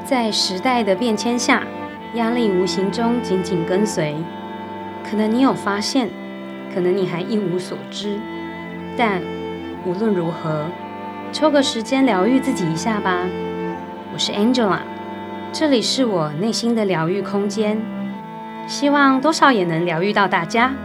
在时代的变迁下，压力无形中紧紧跟随。可能你有发现，可能你还一无所知，但无论如何，抽个时间疗愈自己一下吧。我是 Angela， 这里是我内心的疗愈空间，希望多少也能疗愈到大家。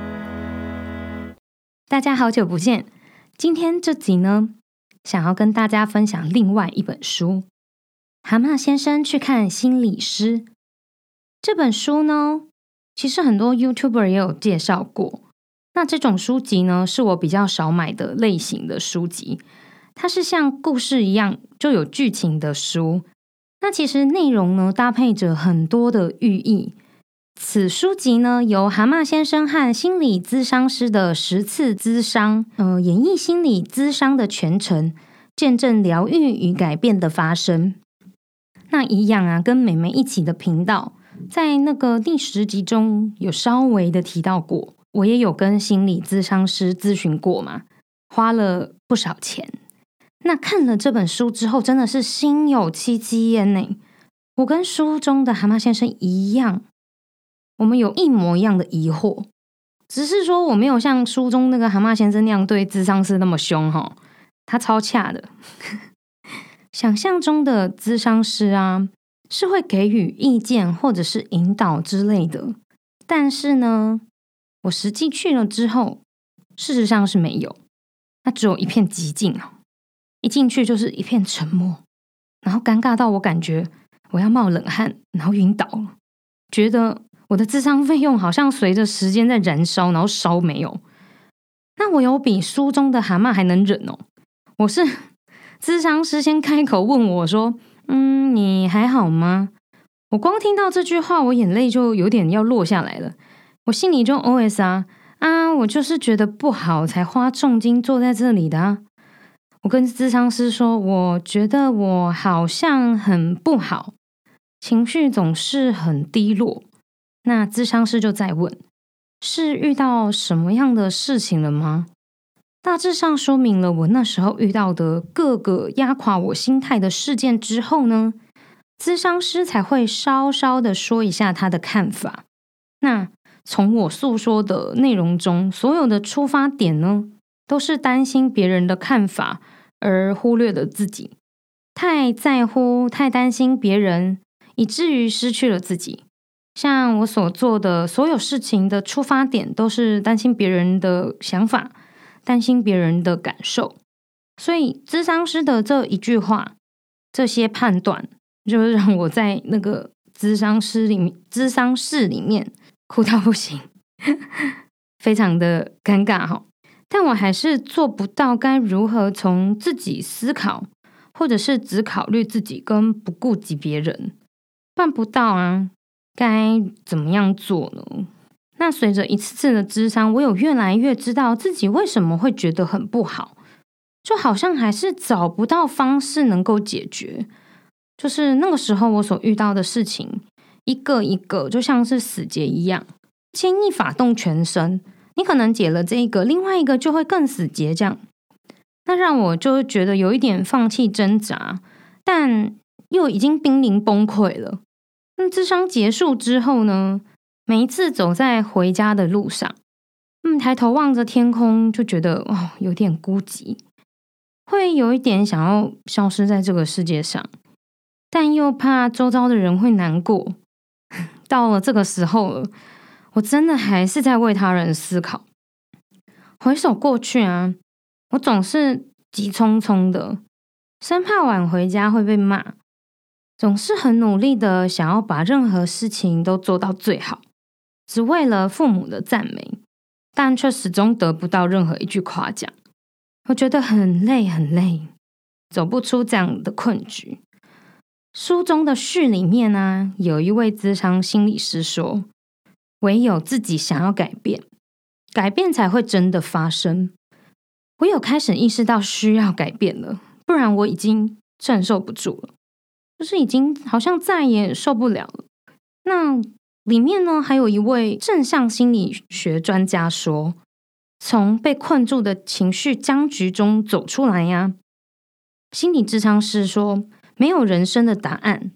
大家好久不见，今天这集呢，想要跟大家分享另外一本书。蛤蟆先生去看心理师这本书呢，其实很多 YouTuber 也有介绍过。那这种书籍呢，是我比较少买的类型的书籍，它是像故事一样就有剧情的书。那其实内容呢，搭配着很多的寓意。此书籍呢，由蛤蟆先生和心理咨商师的10次咨商，演绎心理咨商的全程，见证疗愈与改变的发生。那一样啊，跟美美一起的频道，在那个第10集中有稍微的提到过，我也有跟心理咨商师咨询过嘛，花了不少钱。那看了这本书之后，真的是心有戚戚焉呢。我跟书中的蛤蟆先生一样，我们有一模一样的疑惑，只是说我没有像书中那个蛤蟆先生那样对咨商师那么凶齁，他超恰的。想象中的咨商师啊，是会给予意见或者是引导之类的，但是呢，我实际去了之后，事实上是没有，那只有一片寂静啊，一进去就是一片沉默，然后尴尬到我感觉我要冒冷汗，然后晕倒了，觉得我的咨商费用好像随着时间在燃烧，然后烧没有。那我有比书中的蛤蟆还能忍哦，我是咨商师先开口问我说：“你还好吗？”我光听到这句话，我眼泪就有点要落下来了。我心里就 OS 我就是觉得不好，才花重金坐在这里的啊。我跟咨商师说，我觉得我好像很不好，情绪总是很低落。那咨商师就再问：“是遇到什么样的事情了吗？”大致上说明了我那时候遇到的各个压垮我心态的事件之后呢，咨商师才会稍稍的说一下他的看法。那从我诉说的内容中，所有的出发点呢，都是担心别人的看法而忽略了自己，太在乎、太担心别人，以至于失去了自己。像我所做的所有事情的出发点，都是担心别人的想法，担心别人的感受，所以咨商师的这一句话，这些判断，就让我在那个咨商室里面哭到不行，非常的尴尬哈。但我还是做不到该如何从自己思考，或者是只考虑自己跟不顾及别人，办不到啊，该怎么样做呢？那随着一次次的諮商，我有越来越知道自己为什么会觉得很不好，就好像还是找不到方式能够解决。就是那个时候我所遇到的事情，一个一个就像是死结一样，牵一发动全身。你可能解了这一个，另外一个就会更死结这样。那让我就觉得有一点放弃挣扎，但又已经濒临崩溃了。諮商结束之后呢，每一次走在回家的路上，抬头望着天空，就觉得有点孤寂，会有一点想要消失在这个世界上，但又怕周遭的人会难过。到了这个时候了，我真的还是在为他人思考。回首过去啊，我总是急匆匆的，生怕晚回家会被骂，总是很努力的想要把任何事情都做到最好，只为了父母的赞美，但却始终得不到任何一句夸奖。我觉得很累很累，走不出这样的困局。书中的序里面啊，有一位咨商心理师说，唯有自己想要改变，改变才会真的发生。我有开始意识到需要改变了，不然我已经承受不住了，就是已经好像再也受不了了。那里面呢，还有一位正向心理学专家说，从被困住的情绪僵局中走出来呀。心理咨商师说，没有人生的答案，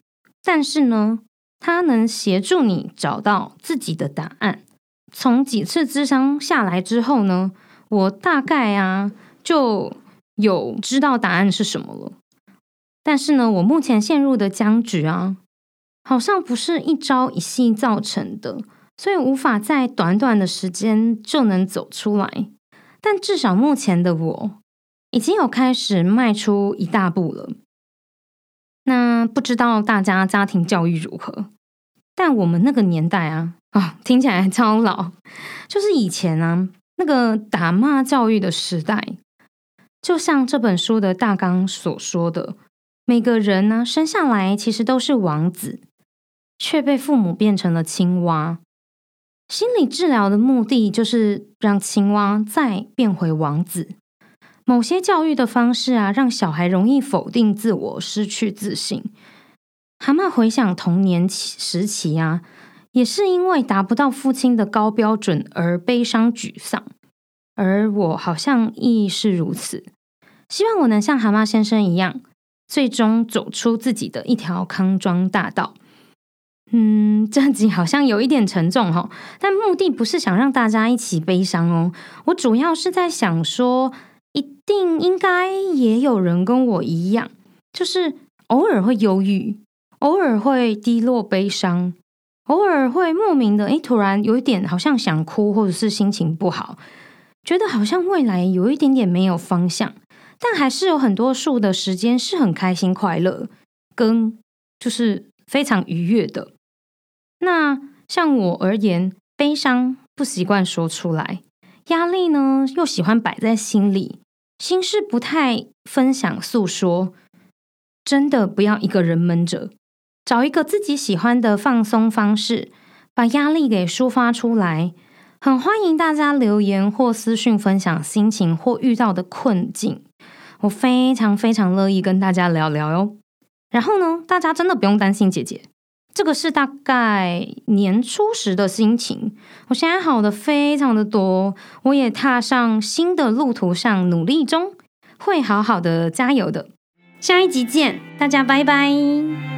但是呢，它能协助你找到自己的答案。从几次咨商下来之后呢，我大概就有知道答案是什么了。但是呢，我目前陷入的僵局好像不是一朝一夕造成的，所以无法在短短的时间就能走出来。但至少目前的我已经有开始迈出一大步了。那不知道大家家庭教育如何？但我们那个年代听起来超老，就是以前那个打骂教育的时代。就像这本书的大纲所说的，每个人生下来其实都是王子，却被父母变成了青蛙。心理治疗的目的就是让青蛙再变回王子。某些教育的方式让小孩容易否定自我，失去自信。蛤蟆回想童年时期也是因为达不到父亲的高标准而悲伤沮丧，而我好像亦是如此。希望我能像蛤蟆先生一样，最终走出自己的一条康庄大道。这集好像有一点沉重但目的不是想让大家一起悲伤我主要是在想说，一定应该也有人跟我一样，就是偶尔会忧郁，偶尔会低落悲伤，偶尔会莫名的突然有一点好像想哭，或者是心情不好，觉得好像未来有一点点没有方向，但还是有很多数的时间是很开心快乐，跟就是非常愉悦的。那像我而言，悲伤不习惯说出来，压力呢又喜欢摆在心里，心事不太分享诉说。真的不要一个人闷着，找一个自己喜欢的放松方式，把压力给抒发出来。很欢迎大家留言或私讯分享心情或遇到的困境，我非常非常乐意跟大家聊聊哟。然后呢，大家真的不用担心姐姐，这个是大概年初时的心情，我现在好的非常的多，我也踏上新的路途上努力中，会好好的加油的。下一集见，大家拜拜。